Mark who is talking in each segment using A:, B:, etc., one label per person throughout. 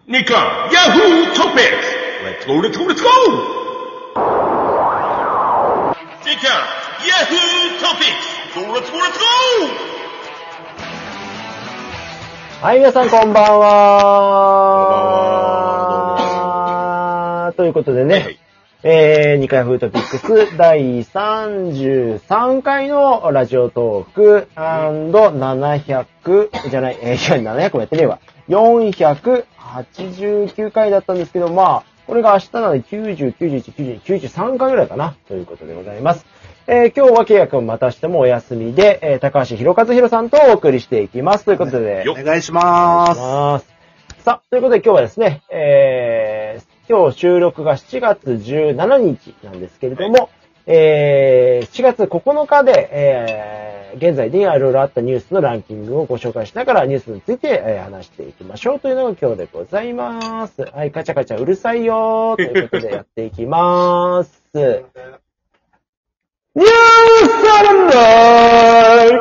A: 日刊ヤフートピックス Let's go, let's go, let's go! 日刊ヤフートピックス Let's go, let's go, let's go!
B: はい、皆さんこんばんは。ということでね、日刊ヤフートピックス第33回のラジオトーク&700じゃない、700もやってねえわ。489回だったんですけど、まあ、これが明日なので90、91、92、93回ぐらいかな、ということでございます。今日はケイヤ君またしてもお休みで、高橋弘和弘さんとお送りしていきます。ということで、
C: お願いします。
B: さあ、ということで今日はですね、今日収録が7月17日なんですけれども、7月9日で、現在でいろいろあったニュースのランキングをご紹介しながらニュースについて、話していきましょうというのが今日でございます。はい、カチャカチャうるさいよーということでやっていきます。ニュースサンダー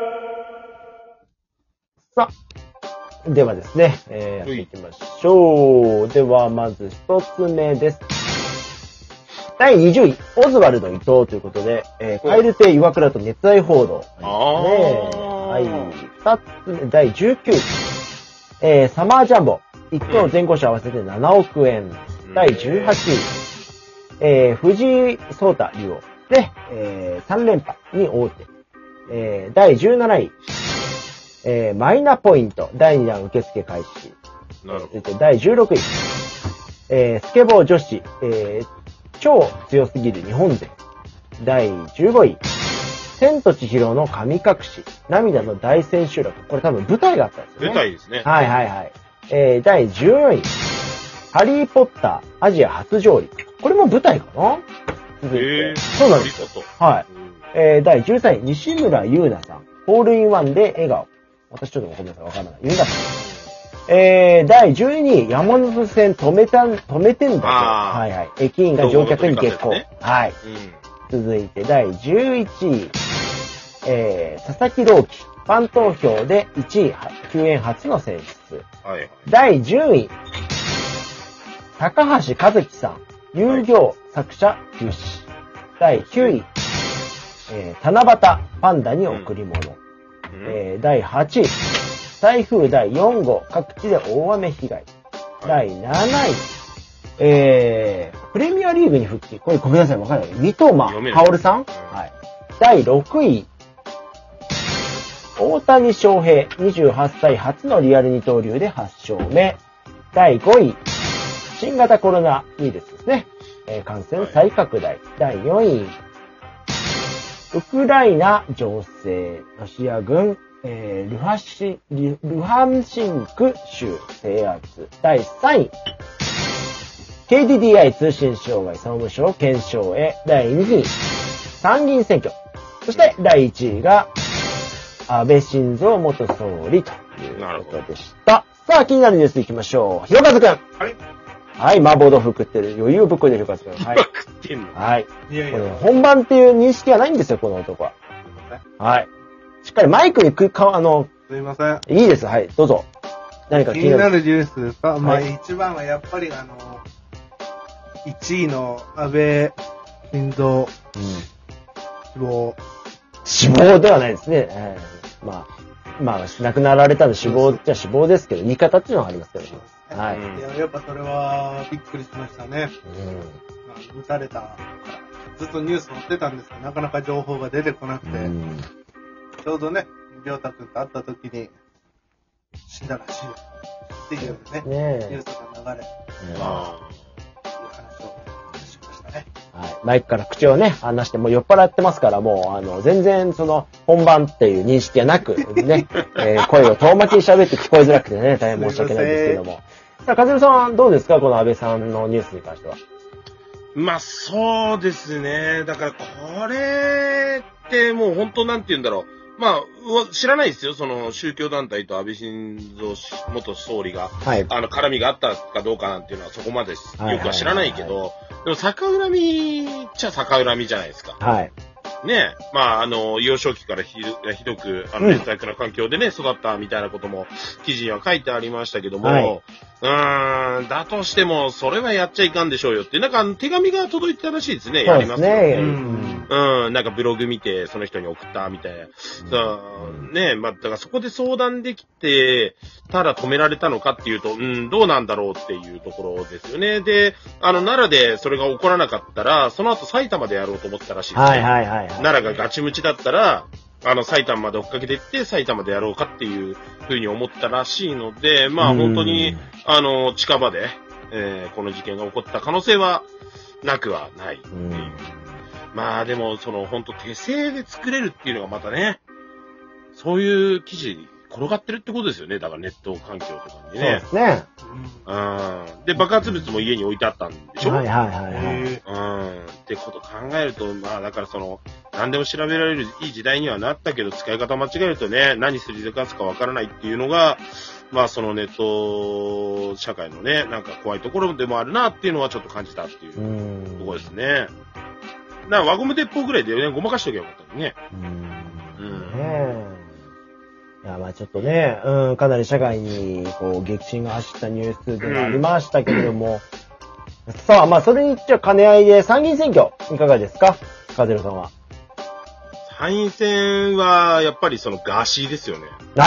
B: さあ、ではですね、やっていきましょう。では、まず一つ目です。第20位、オズワルド伊藤ということで、蛙亭岩倉と熱愛報道。はい。二つ目、第19位、サマージャンボ。一等前後賞合わせて7億円。第18位、藤井聡太竜王。で、3連覇に王手。第17位、マイナポイント。第2弾受付開始。
A: なるほど。
B: 続いて第16位、スケボー女子、超強すぎる日本勢。第15位、千と千尋の神隠し。涙の大千秋楽。これ多分舞台があったんですよね。
A: 舞台ですね。
B: はいはいはい。第14位、ハリーポッターアジア初上陸。これも舞台かな？続いて。そうなんですよ。はい。第13位、西村優奈さん。ホールインワンで笑顔。私ちょっとごめんなさい、わからない。優奈さん。第12位、山手線止めてんだぞ。はいはい。駅員が乗客に激高。はい。続いて第11位、佐々木朗希。ファン投票で1位、救援初の選出。
A: はい。
B: 第10位、高橋和樹さん。遊行作者休止。第9位、七夕パンダに贈り物。第8位、台風第4号、各地で大雨被害。第7位、プレミアリーグに復帰。これごめんなさい、わかんない。三笘薫さん。はい。第6位、大谷翔平、28歳初のリアル二刀流で8勝目。第5位、新型コロナウイルスですね。感染再拡大。第4位、ウクライナ情勢、ロシア軍、ルハンシンク州制圧。第3位、KDDI 通信障害総務省検証へ。第2位、参議院選挙。そして第1位が、安倍晋三元総理ということでした。さあ、気になるニュースいきましょう。ひろかずくん。はい。はい、麻婆豆腐食ってる。余裕ぶっこいでるひろかずくん。はい。
A: 食ってんの？
B: はい。
C: いやいや。
B: これ本番っていう認識はないんですよ、この男は。はい。しっかりマイクにすい
C: ません。
B: いいです。はい。どうぞ。何か
C: 気になるニュースですか？
B: はい、
C: まあ一番はやっぱり1位の安倍晋三、
B: 死亡ではないですね。まあ、亡くなられたの死亡じゃ死亡ですけど、言い方っていうのはありますけどね。はい。
C: いや、やっぱそれはびっくりしましたね。撃たれたから。ずっとニュース載ってたんですけど、なかなか情報が出てこなくて、ちょうどね、りょうたくんと会った時に、死んだらしいっていうね、ニュースが流れ、いう話をしましたね。
B: はい。マイクから口をね、離して、もう酔っ払ってますから、もう、全然、本番っていう認識がなく、ね、声を遠巻きに喋って聞こえづらくてね、大変申し訳ないんですけども。さあ、かずるさんはどうですか？この安倍さんのニュースに関しては。
A: まあ、そうですね。だから、これってもう本当なんて言うんだろう。まあ、知らないですよ。その宗教団体と安倍晋三元総理が、はい、絡みがあったかどうかなんていうのはそこまでよくは知らないけど、でも逆恨みっちゃ逆恨みじゃないですか。
B: はい。
A: ね、まあ、幼少期からひどく、劣悪な環境でね、育ったみたいなことも、記事には書いてありましたけども、はい、だとしても、それはやっちゃいかんでしょうよって、なんか、手紙が届いてたらしいですね、やりますよね。なんかブログ見て、その人に送った、みたいな。ね、まあ、だからそこで相談できて、ただ止められたのかっていうと、どうなんだろうっていうところですよね。で、奈良でそれが起こらなかったら、その後埼玉でやろうと思ったらしいですね。奈良がガチムチだったら、埼玉まで追っかけていって、埼玉でやろうかっていうふうに思ったらしいので、まあ本当に、近場で、この事件が起こった可能性はなくはないっていう。まあでも、本当手製で作れるっていうのがまたね、そういう記事転がってるってことですよね。だからネット環境とかにね。
B: そうですね。
A: で、爆発物も家に置いてあったんでしょ？ってこと考えると、まあだから何でも調べられるいい時代にはなったけど、使い方間違えるとね、何すり抜かすかわからないっていうのが、まあネット社会のね、なんか怖いところでもあるなっていうのはちょっと感じたっていうところですね。輪ゴム鉄砲ぐらいでね、ごまかしとけばよかったのにね。
B: いや、まあちょっとね、かなり社会に、激震が走ったニュースではありましたけれども、さあ、まあそれに兼ね合いで参議院選挙、いかがですか？カゼロさんは。
A: 参院選は、やっぱりガーシーですよね。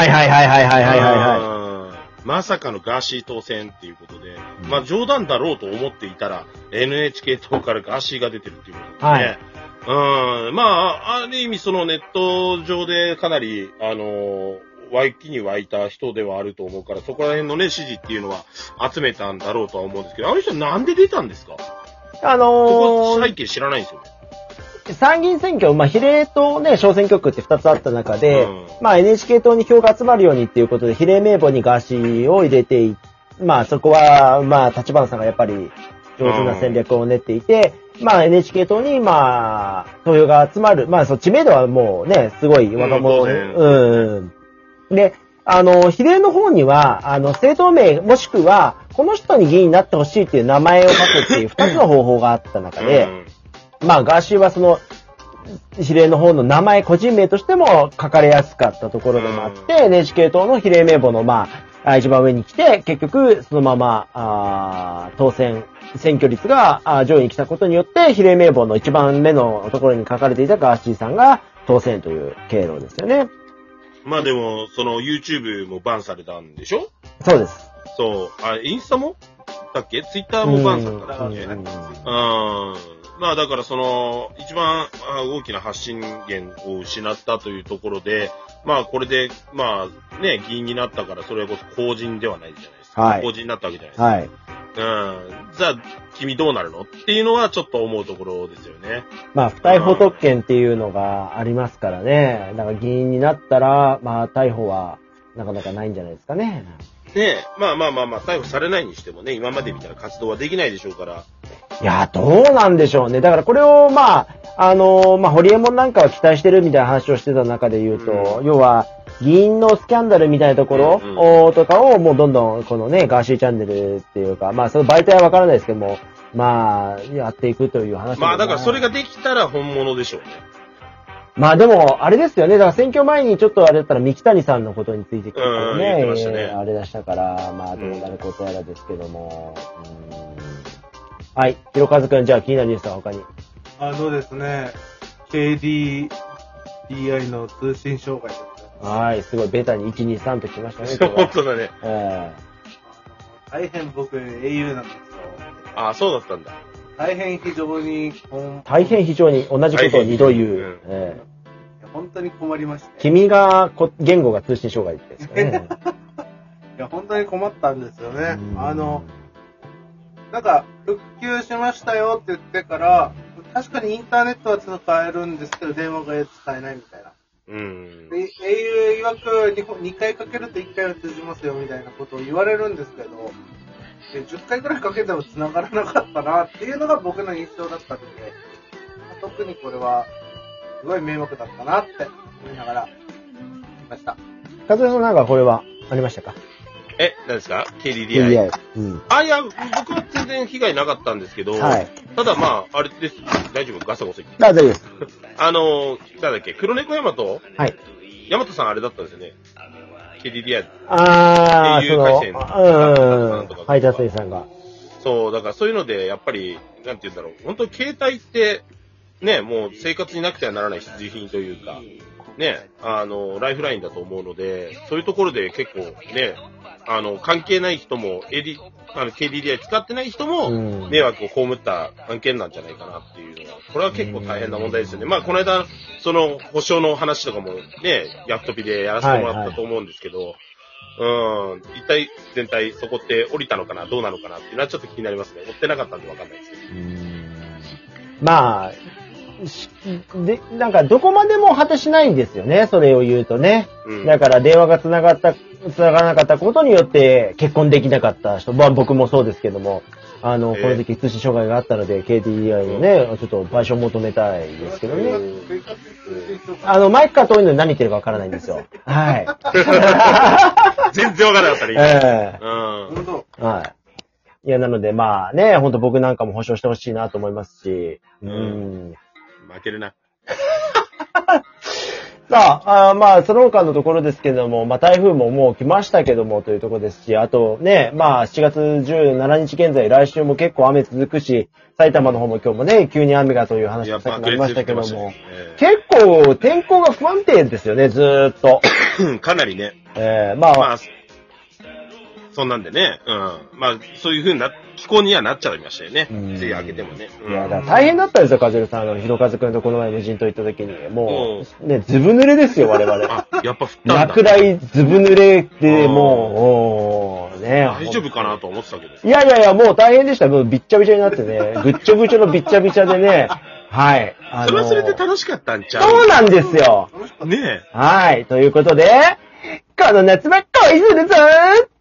A: まさかのガーシー当選っていうことで、まあ冗談だろうと思っていたら、NHK 党からガーシーが出てるっていうことでね。まあ、ある意味ネット上でかなり、気に湧いた人ではあると思うから、そこら辺のね、支持っていうのは集めたんだろうとは思うんですけど、あの人なんで出たんですか？そこ背景知らないんですよね。
B: 参議院選挙、比例とね、小選挙区って2つあった中で、NHK 党に票が集まるようにっていうことで、比例名簿にガーシーを入れてそこは、立花さんがやっぱり上手な戦略を練っていて、NHK 党に、投票が集まる。知名度はもうね、すごい若者に。で、比例の方には、政党名、もしくは、この人に議員になってほしいっていう名前を書くっていう2つの方法があった中で、ガーシーは比例の方の名前、個人名としても書かれやすかったところでもあって、NHK 党の比例名簿の、一番上に来て、結局、そのまま、当選、選挙率が上位に来たことによって、比例名簿の一番目のところに書かれていたガーシーさんが当選という経路ですよね。
A: まあでも、YouTube もバンされたんでしょ？
B: そうです。
A: そう。インスタもだっけ？ツイッターもバンされたんだっけ？まあだから一番大きな発信源を失ったというところで、まあこれで、ね、議員になったからそれこそ公人ではないじゃないですか。公人になったわけじゃないですか。じゃあ、君どうなるのっていうのはちょっと思うところですよね。
B: 不逮捕特権っていうのがありますからね。だから議員になったら、逮捕はなかなかないんじゃないですかね。
A: ねえ、逮捕されないにしてもね、今までみたいな活動はできないでしょうから。
B: いや、どうなんでしょうね。だからこれを、ホリエモンなんかは期待してるみたいな話をしてた中で言うと、要は、議員のスキャンダルみたいなところとかをもうどんどんこのね、ガーシーチャンネルっていうか、その媒体はわからないですけども、やっていくという話。
A: だからそれができたら本物でしょうね。
B: でも、あれですよね。だから選挙前にちょっとあれだったら三木谷さんのことについてね、あれ出したから、どうなることやらですけども。はい。ひろかずくん、じゃあ気になるニュースは他に。
C: ですね。KDDI の通信障害ですね。
B: はい。すごい、ベタに1、2、3ときましたね。
A: 本当だね。
C: 大変僕、au なんですよ。
A: そうだったんだ。
C: 大変非常に
B: 同じことを2度言う。
C: 本当に困りました。
B: 君が言語が通信障害ですかね。
C: いや、本当に困ったんですよね。なんか、復旧しましたよって言ってから、確かにインターネットは使えるんですけど、電話が使えないみたいな。au 曰く2回かけると1回は通じますよみたいなことを言われるんですけど、10回くらいかけても繋がらなかったなっていうのが僕の印象だったので、特にこれはすごい迷惑だったなって思いながら見ました。
B: かずえさんなんかこれはありましたか？
A: 何ですか ?KDDI。
B: うん。
A: いや、僕は全然被害なかったんですけど、
B: はい。
A: ただまあ、あれです。大丈夫ガサゴソ言って。
B: 大丈夫です。
A: なんだっけ黒猫ヤマト
B: はい。
A: ヤマトさんあれだったんですよね。KDDI。
B: その、配達員さんが。
A: そう、だからそういうので、やっぱり、なんて言うんだろう。本当携帯って、ね、もう生活になくてはならない必需品というか、ね、ライフラインだと思うので、そういうところで結構ね、関係ない人も、KDDI 使ってない人も、迷惑を被った案件なんじゃないかなっていうのは、これは結構大変な問題ですよね。まあ、この間、その、保証の話とかもね、ヤフトピでやらせてもらったと思うんですけど、一体全体そこって降りたのかな、どうなのかなっていうのはちょっと気になりますね。追ってなかったんでわかんないですけど。
B: まあ、で、なんかどこまでも果てしないんですよね、それを言うとね。だから電話が繋がらなかったことによって結婚できなかった人、まあ僕もそうですけども、この時通信障害があったので KDDI のね、ちょっと賠償求めたいですけどね。マイクか遠いので何言ってるかわからないんですよ。はい。
A: 全然わからなかったね。
B: はい。いや、なのでまあね、ほんと僕なんかも保証してほしいなと思いますし、
A: 負けるな。
B: さあ、まあ、その他のところですけども、まあ、台風ももう来ましたけども、というところですし、あとね、まあ、7月17日現在、来週も結構雨続くし、埼玉の方も今日もね、急に雨がという話がさっきもありましたけども、結構天候が不安定ですよね、ずーっと。
A: かなりね。
B: まあ、
A: そんなんでね、まあ、そういう風な気候にはなっちゃいましたよね。梅雨明けてもね。
B: いや、だ大変だったんですよ、カズルさん。ひろかずくんとこの前無人島行った時に。もう、ね、ずぶ濡れですよ、我々。
A: やっぱ降ったんだ。
B: 落雷、ずぶ濡れで、もう、ね。
A: 大丈夫かなと思ってたけど。
B: いや、もう大変でした。もうびっちゃびちゃになってね。ぐっちょぐちょのびっちゃびちゃでね。はい。
A: それはそれで楽しかったんちゃう？
B: そうなんですよ。
A: ねえ。
B: はい。ということで、この夏は恋するぞー